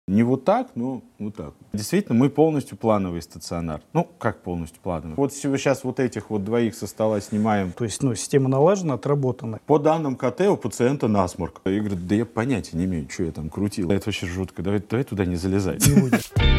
Не вот так, но вот так. Действительно, мы полностью плановый стационар. Ну, как полностью плановый? Вот сейчас вот этих вот двоих со стола снимаем. То есть, система налажена, отработана. По данным КТ у пациента насморк. И говорит, да я понятия не имею, что я там крутил. Это вообще жутко. Давай туда не залезай. Не будет.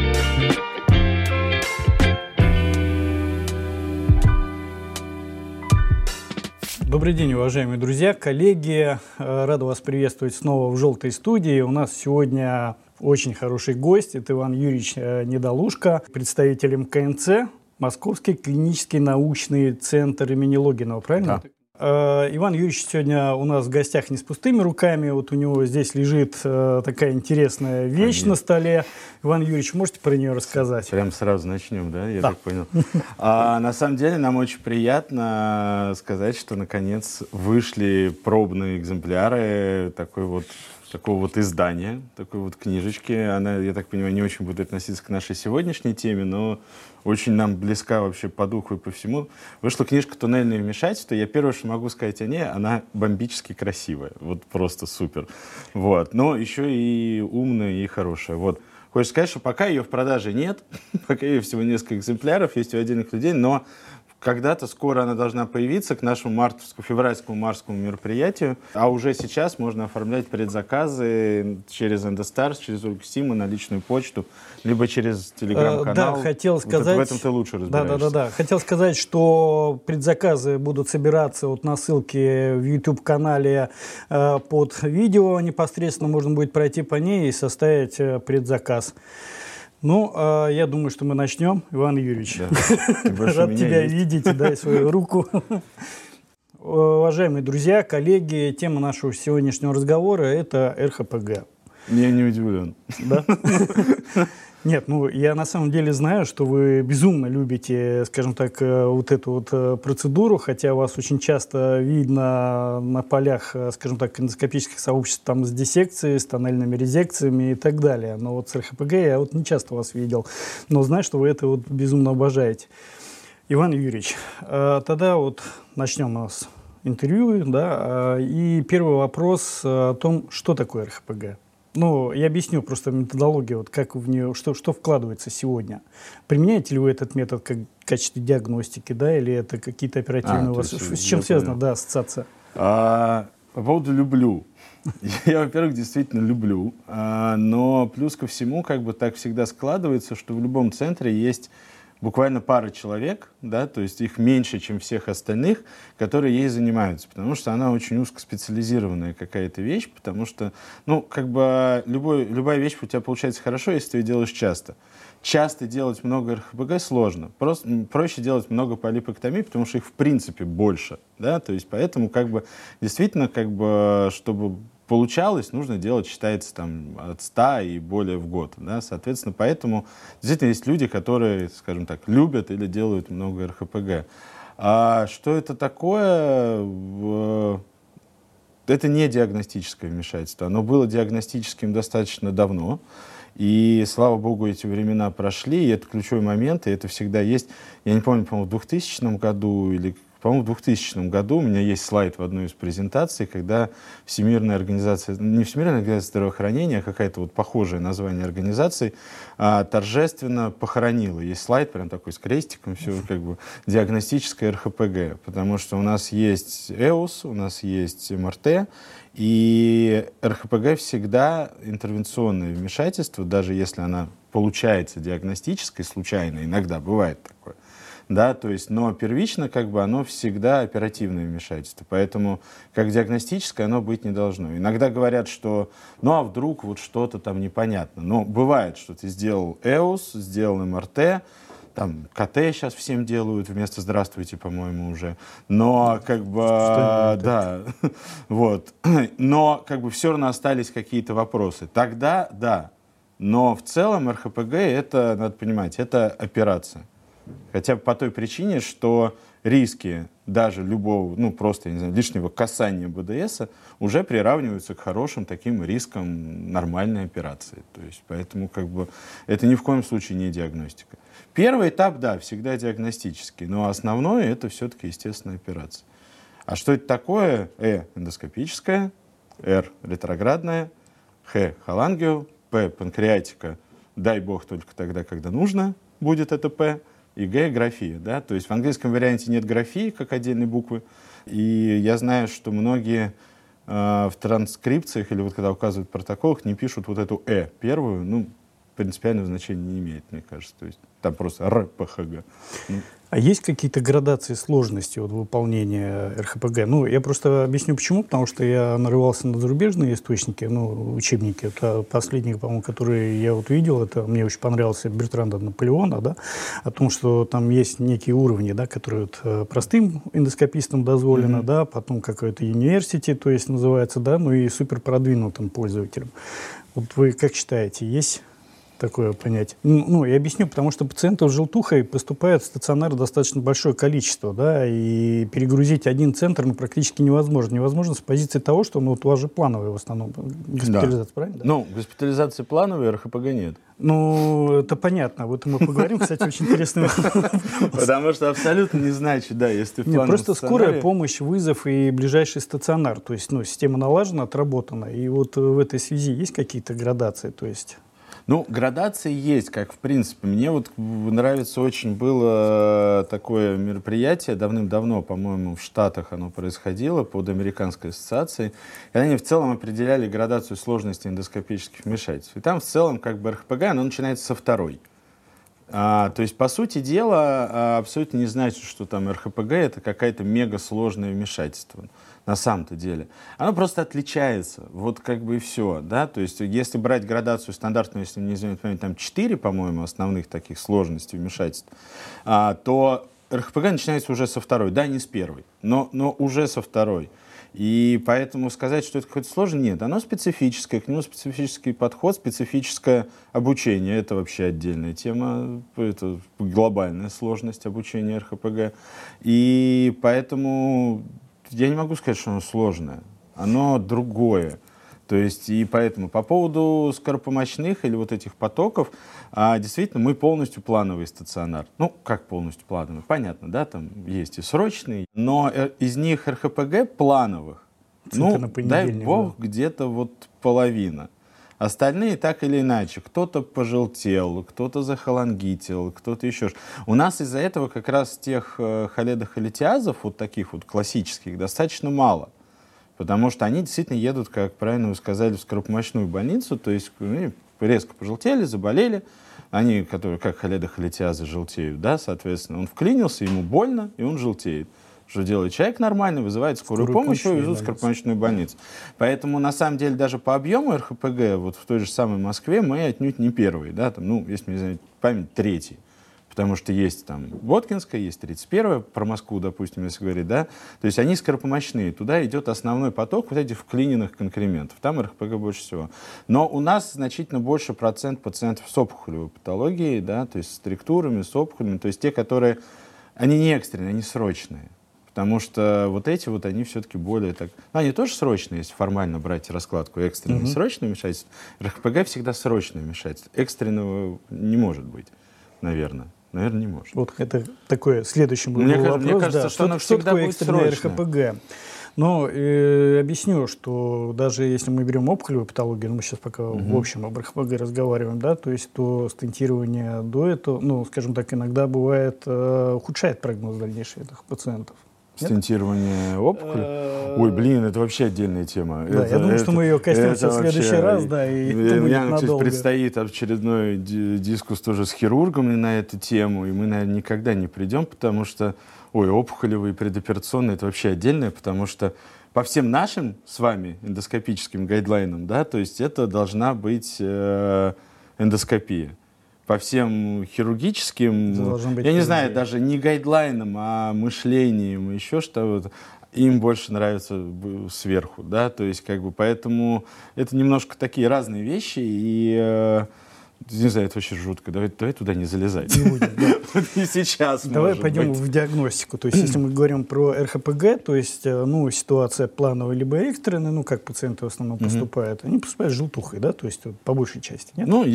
Добрый день, уважаемые друзья, коллеги. Рада вас приветствовать снова в «Желтой студии». У нас сегодня очень хороший гость. Это Иван Юрьевич Недолужко, представитель МКНЦ, Московский клинический научный центр имени Логинова, правильно? Да. Иван Юрьевич сегодня у нас в гостях не с пустыми руками. Вот у него здесь лежит такая интересная вещь на столе. Иван Юрьевич, можете про нее рассказать? Прям сразу начнем, да? Я Да. так понял. На самом деле нам очень приятно сказать, что наконец вышли пробные экземпляры такого вот издания, такой вот книжечки. Она, я так понимаю, не очень будет относиться к нашей сегодняшней теме, но очень нам близка вообще по духу и по всему. Вышла книжка «Туннельное вмешательство». Я первое, что могу сказать о ней, она бомбически красивая. Вот просто супер. Вот. Но еще и умная, и хорошая. Вот. Хочется сказать, что пока ее в продаже нет, пока ее всего несколько экземпляров, есть у отдельных людей, но когда-то скоро она должна появиться к нашему февральскому марскому мероприятию, а уже сейчас можно оформлять предзаказы через Эндостарс, через Уксиму на личную почту, либо через телеграм-канал. Да, хотел сказать... В этом ты лучше разбираешься. Да. Хотел сказать, что предзаказы будут собираться вот на ссылке в YouTube-канале под видео. Непосредственно можно будет пройти по ней и составить предзаказ. Ну, я думаю, что мы начнем. Иван Юрьевич, рад тебя видеть, дай свою руку. Уважаемые друзья, коллеги, тема нашего сегодняшнего разговора – это РХПГ. Я не удивлен. Да? Нет, я на самом деле знаю, что вы безумно любите, скажем так, вот эту вот процедуру, хотя вас очень часто видно на полях, скажем так, эндоскопических сообществ там с диссекцией, с тоннельными резекциями и так далее. Но вот с РХПГ я вот не часто вас видел, но знаю, что вы это вот безумно обожаете. Иван Юрьевич, тогда вот начнем у нас интервью, да, и первый вопрос о том, что такое РХПГ. Я объясню просто методологию, вот как в нее, что вкладывается сегодня. Применяете ли вы этот метод как в качестве диагностики, да, или это какие-то оперативные у вас? С чем связана, да, ассоциация? По поводу люблю. Я, во-первых, действительно люблю, но плюс ко всему, как бы так всегда складывается, что в любом центре есть буквально пара человек, да, то есть их меньше, чем всех остальных, которые ей занимаются, потому что она очень узкоспециализированная какая-то вещь, потому что, любая вещь у тебя получается хорошо, если ты ее делаешь часто. Часто делать много РХПГ сложно, проще делать много полипэктомий, потому что их в принципе больше, да, то есть поэтому действительно, чтобы получалось, нужно делать, считается, от 100 и более в год. Да? Соответственно, поэтому действительно есть люди, которые, скажем так, любят или делают много РХПГ. А что это такое? Это не диагностическое вмешательство. Оно было диагностическим достаточно давно. И, слава богу, эти времена прошли, и это ключевой момент, и это всегда есть. Я не помню, по-моему, в 2000 году или... По-моему, в 2000 году у меня есть слайд в одной из презентаций, когда Всемирная организация, не Всемирная организация здравоохранения, а какая-то вот похожее название организации, торжественно похоронила. Есть слайд прям такой с крестиком, все диагностическое РХПГ, потому что у нас есть ЭОС, у нас есть МРТ, и РХПГ всегда интервенционное вмешательство, даже если она получается диагностической, случайно, иногда бывает такое. Да, то есть, но первично оно всегда оперативное вмешательство, поэтому как диагностическое оно быть не должно. Иногда говорят, что а вдруг вот что-то там непонятно. Но бывает, что ты сделал ЭОС, сделал МРТ, КТ сейчас всем делают вместо «здравствуйте», по-моему, уже. Но да, вот. Но все равно остались какие-то вопросы. Тогда да. Но в целом РХПГ это, надо понимать, это операция. Хотя бы по той причине, что риски даже любого, просто, я не знаю, лишнего касания БДСа уже приравниваются к хорошим таким рискам нормальной операции. То есть, поэтому это ни в коем случае не диагностика. Первый этап, да, всегда диагностический, но основное это все-таки, естественно, операция. А что это такое? Эндоскопическая, ретроградная, холангио, П, панкреатика, дай бог только тогда, когда нужно будет это П, и Г, графия, да, то есть в английском варианте нет графии, как отдельной буквы, и я знаю, что многие в транскрипциях или вот когда указывают в протоколах, не пишут вот эту первую, ну, принципиального значения не имеет, мне кажется. То есть там просто РПХГ. А есть какие-то градации сложности вот, выполнения РХПГ? Ну, я просто объясню почему. Потому что я нарывался на зарубежные источники, ну, учебники. Это последние, по-моему, которые я вот видел, это мне очень понравился Бертранда Наполеона, да, о том, что там есть некие уровни, да, которые вот, простым эндоскопистам дозволено, да, потом какой-то университет, то есть называется, да, ну и супер продвинутым пользователям. Вот вы как считаете, есть такое понятие? Ну, я объясню, потому что пациентов с желтухой поступает в стационар достаточно большое количество, да, и перегрузить один центр практически невозможно. Невозможно с позиции того, что, ну, вот у вас же плановая в основном госпитализация, правильно? Да? Ну, госпитализация плановая, РХПГ нет. Ну, это понятно, об этом мы поговорим, кстати, очень интересно. Потому что абсолютно не значит, да, если в плановом просто скорая помощь, вызов и ближайший стационар, то есть, ну, система налажена, отработана, и вот в этой связи есть какие-то градации, то есть... Ну, градации есть, как в принципе. Мне вот нравится очень было такое мероприятие, давным-давно, по-моему, в Штатах оно происходило, под Американской ассоциацией, и они в целом определяли градацию сложности эндоскопических вмешательств. И там в целом как бы РХПГ, оно начинается со второй. То есть, по сути дела, абсолютно не значит, что там РХПГ это какое-то мега-сложное вмешательство. На самом-то деле. Оно просто отличается. Вот как бы и все. Да? То есть, если брать градацию стандартную, если мне не изменяет память, там 4, по-моему, основных таких сложностей вмешательств, то РХПГ начинается уже со второй. Да, не с первой, но уже со второй. И поэтому сказать, что это какое-то сложное, нет. Оно специфическое, к нему специфический подход, специфическое обучение. Это вообще отдельная тема, это глобальная сложность обучения РХПГ. И поэтому я не могу сказать, что оно сложное. Оно другое. То есть, и поэтому по поводу скоропомощных или вот этих потоков, действительно, мы полностью плановый стационар. Ну, как полностью плановый? Понятно, да, там есть и срочные, но из них РХПГ плановых, ну, дай бог, да, где-то вот половина. Остальные так или иначе. Кто-то пожелтел, кто-то захолангитил, кто-то еще. У нас из-за этого как раз тех холедохолитиазов, вот таких вот классических, достаточно мало. Потому что они действительно едут, как правильно вы сказали, в скоропомощную больницу, то есть резко пожелтели, заболели, они, которые как холедохолитиазы, желтеют, да, соответственно, он вклинился, ему больно, и он желтеет. Что делает человек нормально, вызывает скорую помощь, его везут в скоропомощную больницу. Поэтому, на самом деле, даже по объему РХПГ, вот в той же самой Москве, мы отнюдь не первые, да, там, ну, если мне знать память, третий. Потому что есть там Боткинская, есть 31-я, про Москву, допустим, если говорить, да, то есть они скоропомощные, туда идет основной поток вот этих вклиненных конкрементов, там РХПГ больше всего. Но у нас значительно больше процент пациентов с опухолевой патологией, да, то есть с структурами, с опухолями, то есть те, которые, они не экстренные, они срочные. Потому что вот эти вот, они все-таки более так... Ну, они тоже срочные, если формально брать раскладку экстренное и срочное вмешательство. РХПГ всегда срочное вмешательство. Экстренного не может быть, наверное. Наверное, не может. Вот это такой следующий был вопрос. Мне кажется, да, что оно всегда будет экстренное РХПГ. Но объясню, что даже если мы берем опухолевую патологию, мы сейчас пока в общем об РХПГ разговариваем, да, то есть то стентирование до этого, ну, скажем так, иногда бывает ухудшает прогноз дальнейших этих пациентов. Стентирование опухоли? Ой, блин, это вообще отдельная тема. Да, я думаю, что мы ее коснемся в следующий раз, да, и это будет надолго. Кстати, предстоит очередной дискус тоже с хирургами на эту тему, и мы, наверное, никогда не придем, потому что, опухолевые предоперационные, это вообще отдельное, потому что по всем нашим с вами эндоскопическим гайдлайнам, да, то есть это должна быть эндоскопия. По всем хирургическим, я не знаю, даже не гайдлайнам, а мышлением, еще что-то, им больше нравится сверху, да, то есть как бы поэтому это немножко такие разные вещи, и не знаю, это вообще жутко, давай туда не залезать. Не будем, да. И сейчас, давай пойдем в диагностику, то есть если мы говорим про РХПГ, то есть, ну, ситуация плановая либо экстренная, ну, как пациенты в основном поступают, они поступают с желтухой, да, то есть по большей части, нет? Ну,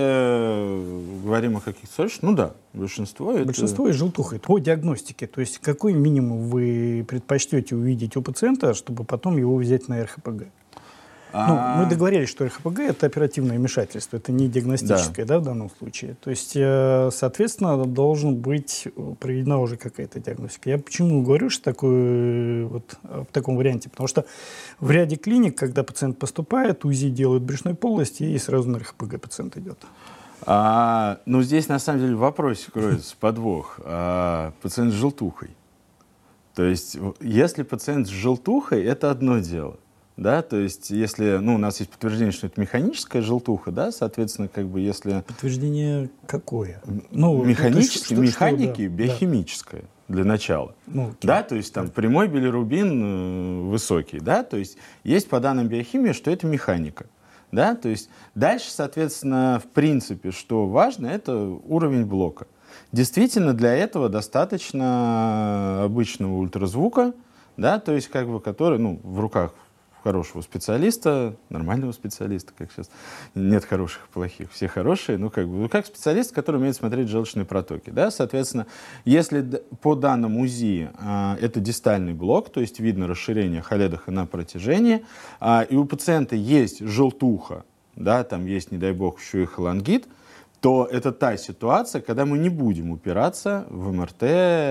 если говорим о каких-то случаях, ну да, большинство это... Большинство и желтухой. По диагностике, то есть какой минимум вы предпочтете увидеть у пациента, чтобы потом его взять на РХПГ? Мы договорились, что РХПГ – это оперативное вмешательство, это не диагностическое, да, в данном случае. То есть, соответственно, должна быть проведена уже какая-то диагностика. Я почему говорю, что в таком варианте? Потому что в ряде клиник, когда пациент поступает, УЗИ делают брюшной полости, и сразу на РХПГ пациент идет. Здесь, на самом деле, в вопросе кроется подвох. Пациент с желтухой. То есть, если пациент с желтухой, это одно дело. Да, то есть, если, у нас есть подтверждение, что это механическая желтуха, да, соответственно, если... Подтверждение какое? Механики, биохимическое, для начала. Да, то есть, там, прямой билирубин высокий, да, то есть, есть по данным биохимии, что это механика. Да, то есть, дальше, соответственно, в принципе, что важно, это уровень блока. Действительно, для этого достаточно обычного ультразвука, да, то есть, который, в руках хорошего специалиста, нормального специалиста, как сейчас, нет хороших и плохих, все хорошие, как специалист, который умеет смотреть желчные протоки, да, соответственно, если по данным УЗИ это дистальный блок, то есть видно расширение холедоха на протяжении, и у пациента есть желтуха, да, там есть, не дай бог, еще и холангит, то это та ситуация, когда мы не будем упираться в МРТ,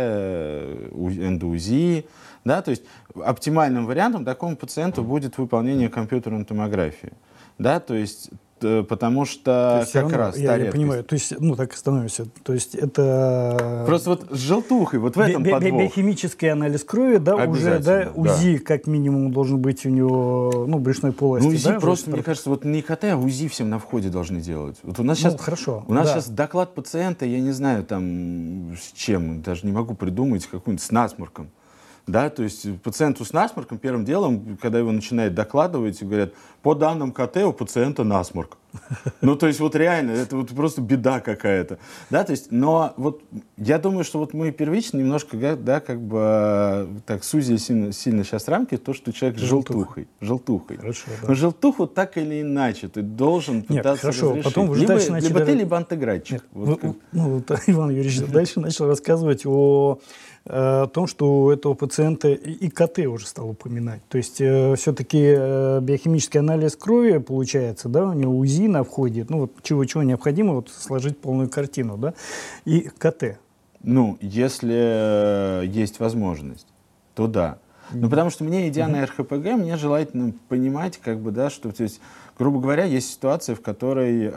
эндоУЗИ, да, то есть оптимальным вариантом такому пациенту будет выполнение компьютерной томографии, да, то есть потому что как раз я понимаю, то есть, так и становимся, то есть это... Просто с желтухой, в этом подвох. Биохимический анализ крови, да, уже, да, УЗИ как минимум должен быть у него, брюшной полости. УЗИ просто, мне кажется, не КТ, а УЗИ всем на входе должны делать. У нас сейчас доклад пациента, я не знаю, там, с чем, даже не могу придумать, какую-нибудь с насморком. Да, то есть пациенту с насморком первым делом, когда его начинают докладывать, говорят, по данным КТ у пациента насморк. То есть реально, это просто беда какая-то. Да, то есть, но я думаю, что мы первично немножко, да, так сузили сильно сейчас рамки, то, что человек с желтухой. Хорошо, да. Но желтуху так или иначе ты должен пытаться разрешить. Потом вы либо ты, либо антиградчик. Иван Юрьевич дальше начал рассказывать о том, что у этого пациента и КТ уже стал упоминать. То есть все-таки биохимический анализ крови получается, да, у него УЗИ на входе, чего необходимо сложить полную картину, да, и КТ. Если есть возможность, то да. Потому что мне, идя на РХПГ, мне желательно понимать, что, то есть, грубо говоря, есть ситуация, в которой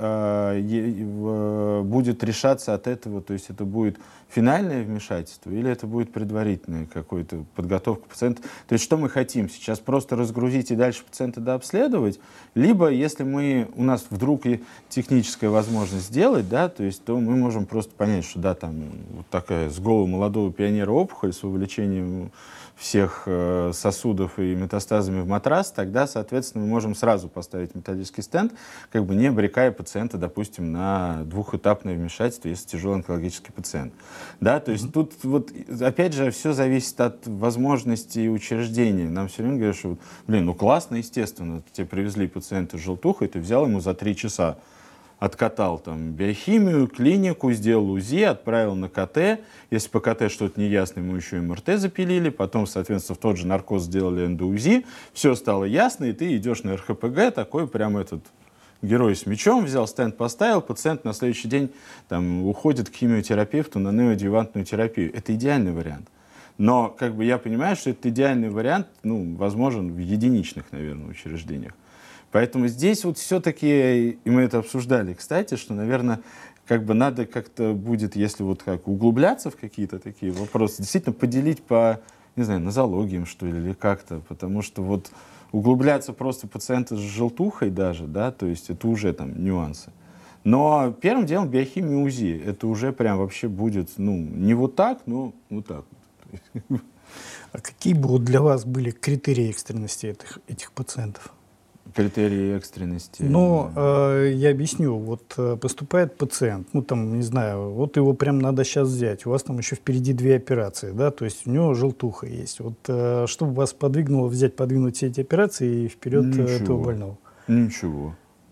будет решаться от этого, то есть это будет финальное вмешательство или это будет предварительная какая-то подготовка пациента. То есть что мы хотим? Сейчас просто разгрузить и дальше пациента дообследовать, либо если у нас вдруг и техническая возможность сделать, да, то есть то мы можем просто понять, что да, там такая с голого молодого пионера опухоль с вовлечением всех сосудов и метастазами в матрас, тогда, соответственно, мы можем сразу поставить металлический стенд, не обрекая пациента, допустим, на двухэтапное вмешательство, если тяжелый онкологический пациент. Да, то есть тут опять же все зависит от возможностей учреждения. Нам все время говорят, что, классно, естественно, тебе привезли пациента с желтухой, ты взял ему за 3 часа. Откатал там биохимию, клинику, сделал УЗИ, отправил на КТ. Если по КТ что-то неясно, мы еще МРТ запилили. Потом, соответственно, в тот же наркоз сделали эндоУЗИ. Все стало ясно, и ты идешь на РХПГ, такой прям герой с мечом, взял стенд, поставил, пациент на следующий день уходит к химиотерапевту на неоадъювантную терапию. Это идеальный вариант. Но я понимаю, что этот идеальный вариант возможен в единичных, наверное, учреждениях. Поэтому здесь все-таки, и мы это обсуждали, кстати, что, наверное, надо как-то будет, если углубляться в какие-то такие вопросы, действительно поделить по, не знаю, нозологиям, что ли, или как-то, потому что углубляться просто пациента с желтухой даже, да, то есть это уже нюансы. Но первым делом биохимия УЗИ, это уже прям вообще будет, не так, но так. А какие бы для вас были критерии экстренности этих пациентов? Критерии экстренности. Я объясню. Поступает пациент, не знаю, его прям надо сейчас взять. У вас там еще впереди 2 операции, да, то есть у него желтуха есть. Что бы вас подвигнуло подвинуть все эти операции и вперед этого больного? Ничего.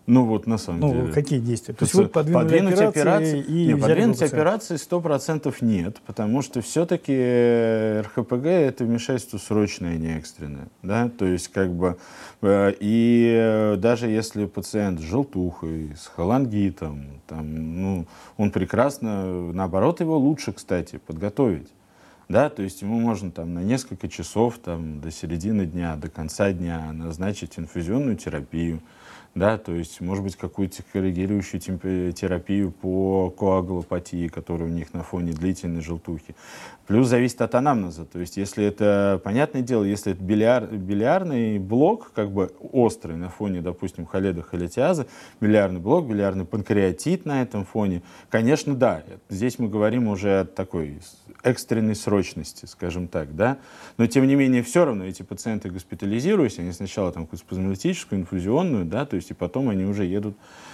Ну вот, на самом деле. Какие действия? То есть вы подвинули операции и подвинуть операции 100% нет, потому что все-таки РХПГ это вмешательство срочное, а не экстренное. Да? То есть как бы и даже если пациент с желтухой, с холангитом, там, ну, он прекрасно, наоборот, его лучше, кстати, подготовить. Да, то есть ему можно там на несколько часов там, до середины дня, до конца дня назначить инфузионную терапию, да, то есть, может быть, какую-то коррегирующую терапию по коагулопатии, которая у них на фоне длительной желтухи. Плюс зависит от анамнеза, то есть, если это, понятное дело, если это билиарный блок, как бы острый на фоне, допустим, холедохолитиаза, билиарный блок, билиарный панкреатит на этом фоне, конечно, да, здесь мы говорим уже о такой экстренной срочности, скажем так, да, но тем не менее все равно эти пациенты госпитализируются, они сначала там какую-то спазмолитическую, инфузионную, да, то есть и потом они уже едут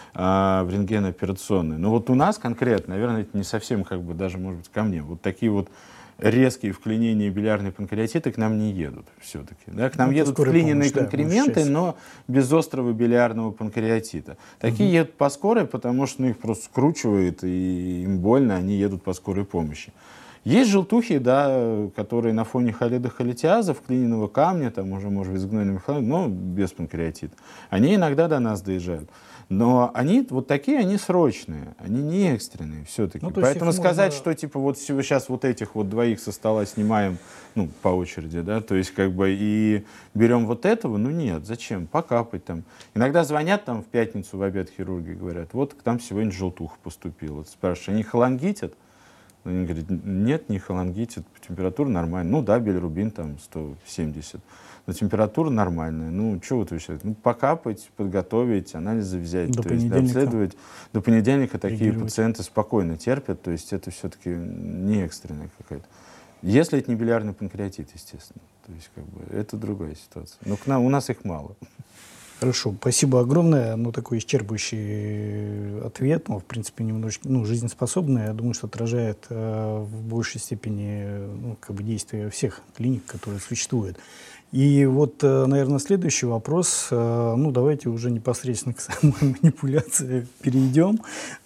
в рентгеноперационную. Но вот у нас конкретно, наверное, это не совсем как бы даже, может быть, ко мне, вот такие вот резкие вклинения билиарной панкреатиты к нам не едут все-таки. Да? К нам едут вклиненные конкременты, но без острого билиарного панкреатита. Такие едут по скорой, потому что их просто скручивает, и им больно, они едут по скорой помощи. Есть желтухи, да, которые на фоне холедохолитиаза, вклиненного камня, там уже, может быть, с гнойным механизмом, но без панкреатита. Они иногда до нас доезжают. Но они вот такие, они срочные, они не экстренные все-таки. Ну, поэтому сказать, можно... что типа вот сейчас вот этих вот двоих со стола снимаем, ну, по очереди, да, то есть как бы и берем вот этого, ну нет, зачем, покапать там. Иногда звонят там в пятницу в обед хирурги, говорят, вот там сегодня желтуха поступила. Спрашиваешь, они холангитят? Они говорят, нет, не холангитит, температура нормальная. Ну да, билирубин там 170, но температура нормальная. Ну, что вы отвечаете? Ну, покапать, подготовить, анализы взять, до то есть обследовать. До понедельника такие пациенты спокойно терпят, то есть это все-таки не экстренная какая-то. Если это не билиарный панкреатит, естественно. То есть как бы это другая ситуация. Но у нас их мало. Хорошо, спасибо огромное. Ну, такой исчерпывающий ответ, в принципе, немножечко, жизнеспособный. Я думаю, что отражает в большей степени, действия всех клиник, которые существуют. И вот, наверное, следующий вопрос. Давайте уже непосредственно к самой манипуляции перейдем.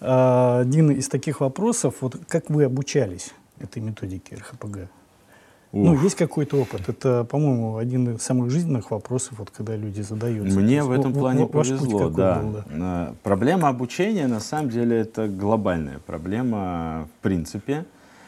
Один из таких вопросов, вот как вы обучались этой методике РХПГ? Есть какой-то опыт. Это, по-моему, один из самых жизненных вопросов, вот, когда люди задаются. Мне в этом плане повезло, да. Проблема обучения, на самом деле, это глобальная проблема, в принципе.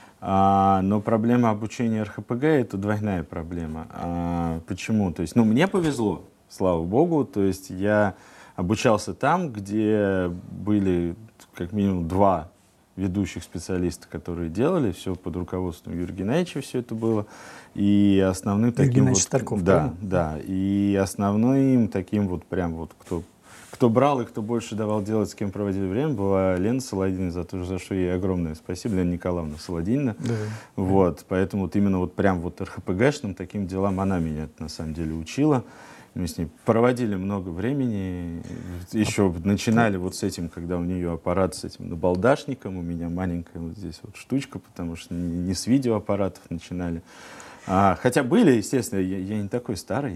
Но проблема обучения РХПГ — это двойная проблема. Почему? То есть, мне повезло, слава богу. То есть, я обучался там, где были как минимум два ведущих специалистов, которые делали, все под руководством Юрия Геннадьевича все это было. И основным таким вот... Старков, да. И основным таким вот прям вот, кто брал и кто больше давал делать, с кем проводили время, была Лена Солодинина, за что ей огромное спасибо, Лена Николаевна Солодинина. Да. Вот, поэтому вот именно вот прям вот РХПГшным таким делам она меня на самом деле учила. Мы с ней проводили много времени, еще начинали вот с этим, когда у нее аппарат с этим набалдашником, у меня маленькая вот здесь вот штучка, потому что не с видеоаппаратов начинали. Хотя были, естественно, я не такой старый,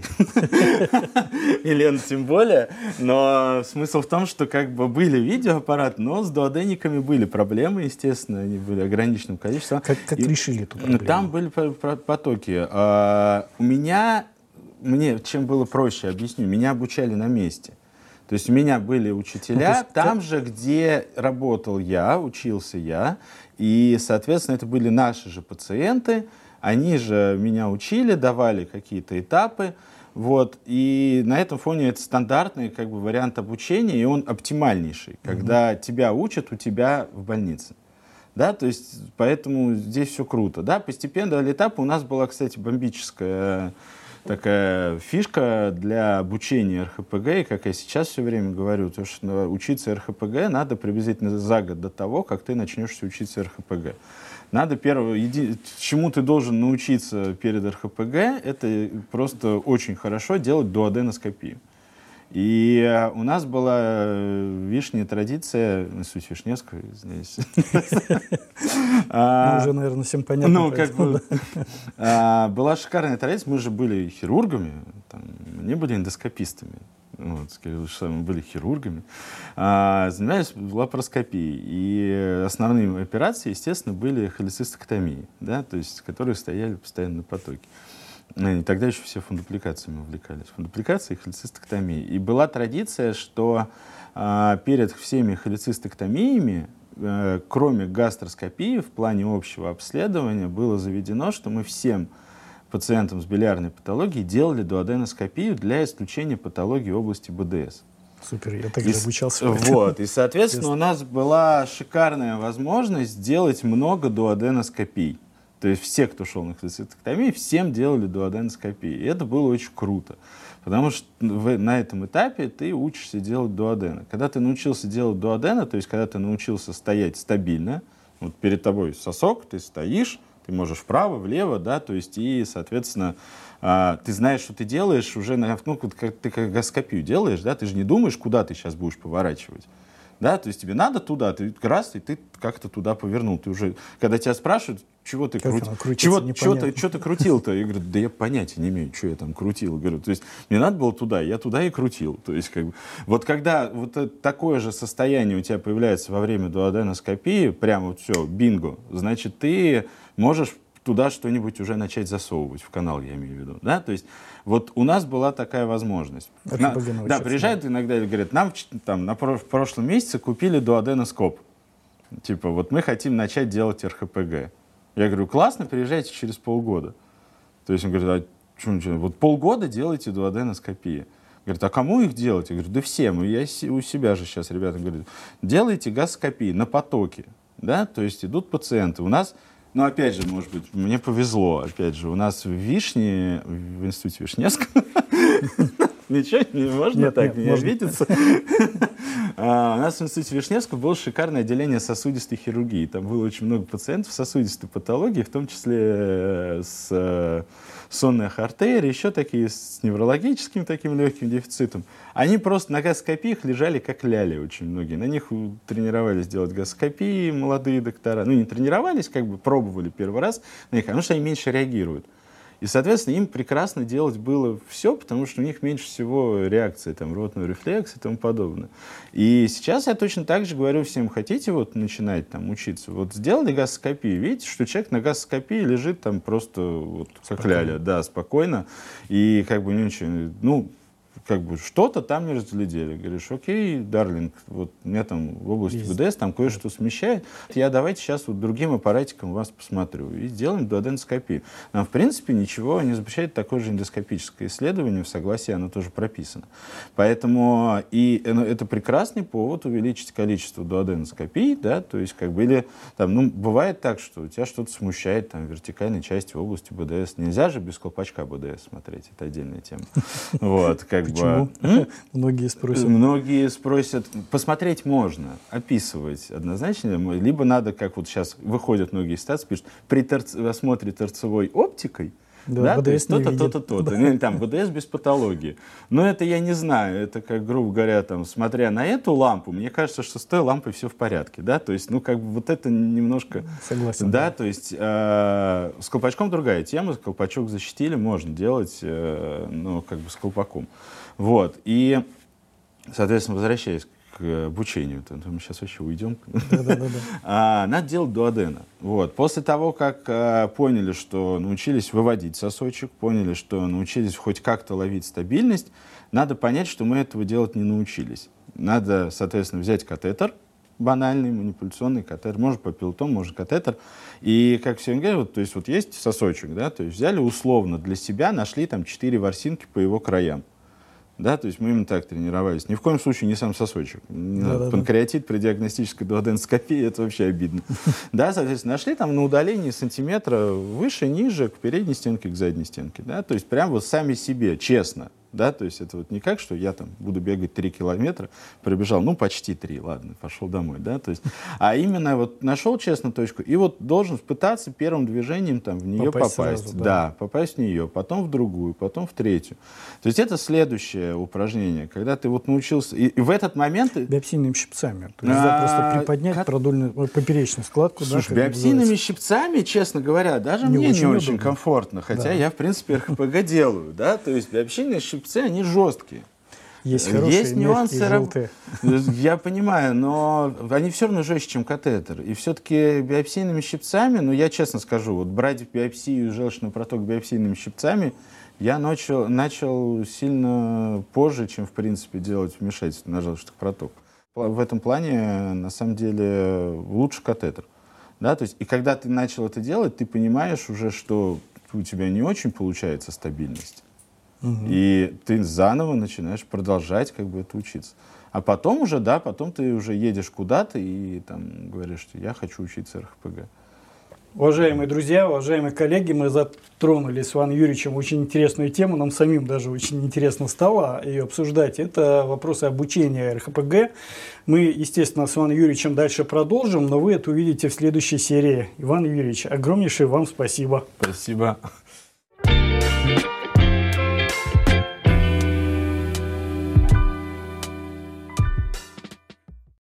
и Лена тем более, но смысл в том, что как бы были видеоаппараты, но с дуодениками были проблемы, естественно, они были ограниченным количеством. Как решили эту проблему? Там были потоки. Мне чем было проще, объясню. Меня обучали на месте. То есть у меня были учителя там же, где работал я, учился я. И, соответственно, это были наши же пациенты. Они же меня учили, давали какие-то этапы. Вот. И на этом фоне это стандартный как бы вариант обучения, и он оптимальнейший, когда тебя учат у тебя в больнице. Да, то есть, поэтому здесь все круто. Да, постепенно давали этапы. У нас была, кстати, бомбическая такая фишка для обучения РХПГ, и как я сейчас все время говорю, то, что учиться РХПГ надо приблизительно за год до того, как ты начнешься учиться РХПГ. Надо чему ты должен научиться перед РХПГ, это просто очень хорошо делать дуоденоскопию. И у нас была вишняя традиция, суть Вишневская, извиняюсь. Уже, наверное, всем понятно. Была шикарная традиция, мы же были хирургами, мы не были эндоскопистами. вот, скорее всего, мы были хирургами, занимались лапароскопией. И основные операции, естественно, были холецистектомии, да, то есть, которые стояли постоянно на потоке. И тогда еще все фундупликациями увлекались. Фундупликация и холецистектомия. И была традиция, что перед всеми холецистектомиями, кроме гастроскопии, в плане общего обследования было заведено, что мы всем пациентам с билиарной патологией делали дуоденоскопию для исключения патологии области БДС. Супер, я также обучался. Вот, и, соответственно, у нас была шикарная возможность сделать много дуоденоскопий. То есть все, кто шел на холецистектомию, всем делали дуоденоскопии. И это было очень круто. Потому что на этом этапе ты учишься делать дуодена. Когда ты научился делать дуодена, то есть когда ты научился стоять стабильно, вот перед тобой сосок, ты стоишь, ты можешь вправо, влево, да, то есть и, соответственно, ты знаешь, что ты делаешь уже, ну, как ты как гастроскопию делаешь, да, ты же не думаешь, куда ты сейчас будешь поворачивать. Да, то есть тебе надо туда, ты раз, и ты как-то туда повернул. Ты уже, когда тебя спрашивают, чего ты крутил, что ты крутил-то? Я говорю, да я понятия не имею, что я там крутил. Говорю, то есть мне надо было туда, я туда и крутил. То есть как бы, вот когда вот такое же состояние у тебя появляется во время дуоденоскопии, прямо вот все, бинго, значит, ты можешь туда что-нибудь уже начать засовывать, в канал, я имею в виду. Да? То есть вот у нас была такая возможность. Да, приезжают иногда и говорят, нам там, в прошлом месяце купили дуоденоскоп. Типа, вот мы хотим начать делать РХПГ. Я говорю, классно, приезжайте через полгода. То есть он говорит, а что, вот полгода делайте дуоденоскопии. Говорит, а кому их делать? Я говорю, да всем. Я у себя же сейчас, ребята, говорю, делайте гастроскопии на потоке. Да? То есть идут пациенты. У нас, ну, опять же, может быть, мне повезло, опять же, у нас в Вишне, в институте Вишневского, ничего, не можно так не обидеться. У нас в институте Вишневского было шикарное отделение сосудистой хирургии. Там было очень много пациентов с сосудистой патологией, в том числе с сонных артерий, еще такие с неврологическим таким легким дефицитом. Они просто на гастроскопиях лежали как ляли очень многие. На них тренировались делать гастроскопии молодые доктора. Ну, не тренировались, как бы пробовали первый раз на них, потому что они меньше реагируют. И, соответственно, им прекрасно делать было все, потому что у них меньше всего реакции, там, рвотный рефлекс и тому подобное. И сейчас я точно так же говорю всем, хотите вот начинать там учиться, вот сделали гастроскопию, видите, что человек на гастроскопии лежит там просто вот как ляля, да, спокойно, и как бы ничего, ну, как бы что-то там не разглядели. Говоришь, окей, дарлинг, вот меня там в области БДС там кое-что смещает. Я давайте сейчас вот другим аппаратиком вас посмотрю. И сделаем дуоденоскопию. Нам, в принципе, ничего не запрещает такое же эндоскопическое исследование. В согласии оно тоже прописано. Поэтому и это прекрасный повод увеличить количество дуоденоскопий, да, то есть как бы, или там, ну, бывает так, что у тебя что-то смущает там в вертикальной части в области БДС. Нельзя же без колпачка БДС смотреть. Это отдельная тема. Вот, как Почему? Многие спросят. Многие спросят. Посмотреть можно, описывать однозначно. Либо надо, как вот сейчас выходят многие ситуации, пишут, при осмотре торцевой оптикой, да, БДС то-то, то-то, то-то. Да. Ну, там, БДС без патологии. Но это я не знаю. Это, как, грубо говоря, там, смотря на эту лампу, мне кажется, что с той лампой все в порядке. Да? То есть, ну, как бы вот это немножко... Согласен. Да, то есть с колпачком другая тема. Колпачок защитили, можно делать, но как бы с колпаком. Вот. И, соответственно, возвращаясь к обучению, то мы сейчас вообще уйдем. Надо делать дуодена. Вот. После того, как поняли, что научились выводить сосочек, поняли, что научились хоть как-то ловить стабильность, надо понять, что мы этого делать не научились. Надо, соответственно, взять катетер, банальный манипуляционный катетер, может папиллотом, может катетер. И, как все говорят, вот, то есть вот есть сосочек, да, то есть взяли условно для себя, нашли там 4 ворсинки по его краям. Да, то есть мы именно так тренировались. Ни в коем случае не сам сосочек. Панкреатит при диагностической дуоденоскопии — это вообще обидно. Да, соответственно, нашли там на удалении сантиметра выше, ниже, к передней стенке, к задней стенке. Да, то есть прям вот сами себе, честно. Да, то есть это вот не как, что я там буду бегать 3 километра, пробежал, ну, почти 3, ладно, пошел домой, да, то есть, а именно вот нашел честно точку и вот должен пытаться первым движением там в нее попасть. Сразу, да, попасть в нее, потом в другую, потом в третью. То есть это следующее упражнение, когда ты вот научился, и в этот момент... Биопсийными щипцами, то есть просто приподнять продольную, поперечную складку. Слушай, да, биопсийными щипцами, честно говоря, даже мне не очень комфортно, хотя я, в принципе, РХПГ делаю, да, то есть биопсийные щипцы, они жесткие. Есть хорошие, есть нюансы, желтые. Я понимаю, но они все равно жестче, чем катетер. И все-таки биопсийными щипцами, ну я честно скажу, вот брать биопсию, желчный проток биопсийными щипцами я начал сильно позже, чем в принципе делать вмешательство на желчный проток. В этом плане, на самом деле, лучше катетер. Да? То есть, и когда ты начал это делать, ты понимаешь уже, что у тебя не очень получается стабильность. И ты заново начинаешь продолжать как бы это учиться. А потом уже, да, потом ты уже едешь куда-то и там говоришь, что я хочу учиться РХПГ. Уважаемые друзья, уважаемые коллеги, мы затронули с Иваном Юрьевичем очень интересную тему, нам самим даже очень интересно стало ее обсуждать. Это вопросы обучения РХПГ. Мы, естественно, с Иваном Юрьевичем дальше продолжим, но вы это увидите в следующей серии. Иван Юрьевич, огромнейшее вам спасибо. Спасибо.